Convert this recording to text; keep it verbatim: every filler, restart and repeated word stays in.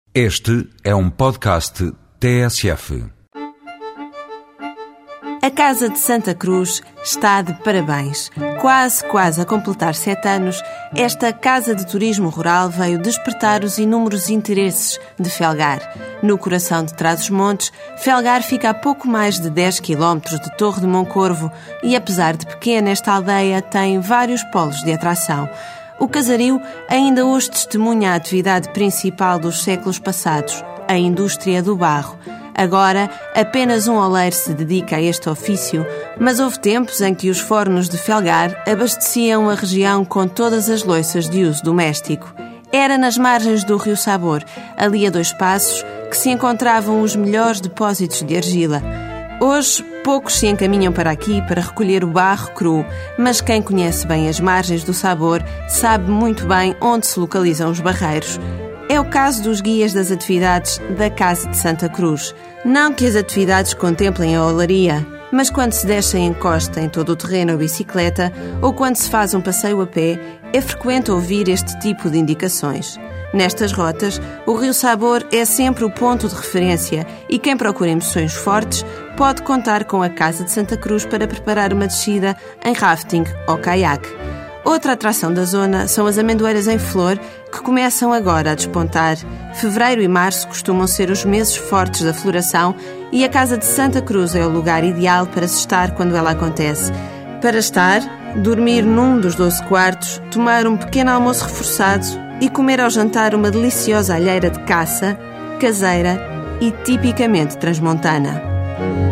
Este é um podcast T S F. A Casa de Santa Cruz está de parabéns. Quase, quase a completar sete anos, esta Casa de Turismo Rural veio despertar os inúmeros interesses de Felgar. No coração de Trás-os-Montes, Felgar fica a pouco mais de dez quilómetros de Torre de Moncorvo e, apesar de pequena, esta aldeia tem vários polos de atração. O casario ainda hoje testemunha a atividade principal dos séculos passados, a indústria do barro. Agora, apenas um oleiro se dedica a este ofício, mas houve tempos em que os fornos de Felgar abasteciam a região com todas as louças de uso doméstico. Era nas margens do Rio Sabor, ali a dois passos, que se encontravam os melhores depósitos de argila. Hoje, poucos se encaminham para aqui para recolher o barro cru, mas quem conhece bem as margens do Sabor sabe muito bem onde se localizam os barreiros. É o caso dos guias das atividades da Casa de Santa Cruz. Não que as atividades contemplem a olaria, mas quando se desce em encosta em todo o terreno ou bicicleta, ou quando se faz um passeio a pé, é frequente ouvir este tipo de indicações. Nestas rotas, o Rio Sabor é sempre o ponto de referência e quem procura emoções fortes pode contar com a Casa de Santa Cruz para preparar uma descida em rafting ou caiaque. Outra atração da zona são as amendoeiras em flor, que começam agora a despontar. Fevereiro e março costumam ser os meses fortes da floração e a Casa de Santa Cruz é o lugar ideal para se estar quando ela acontece. Para estar, dormir num dos doze quartos, tomar um pequeno almoço reforçado e comer ao jantar uma deliciosa alheira de caça, caseira e tipicamente transmontana.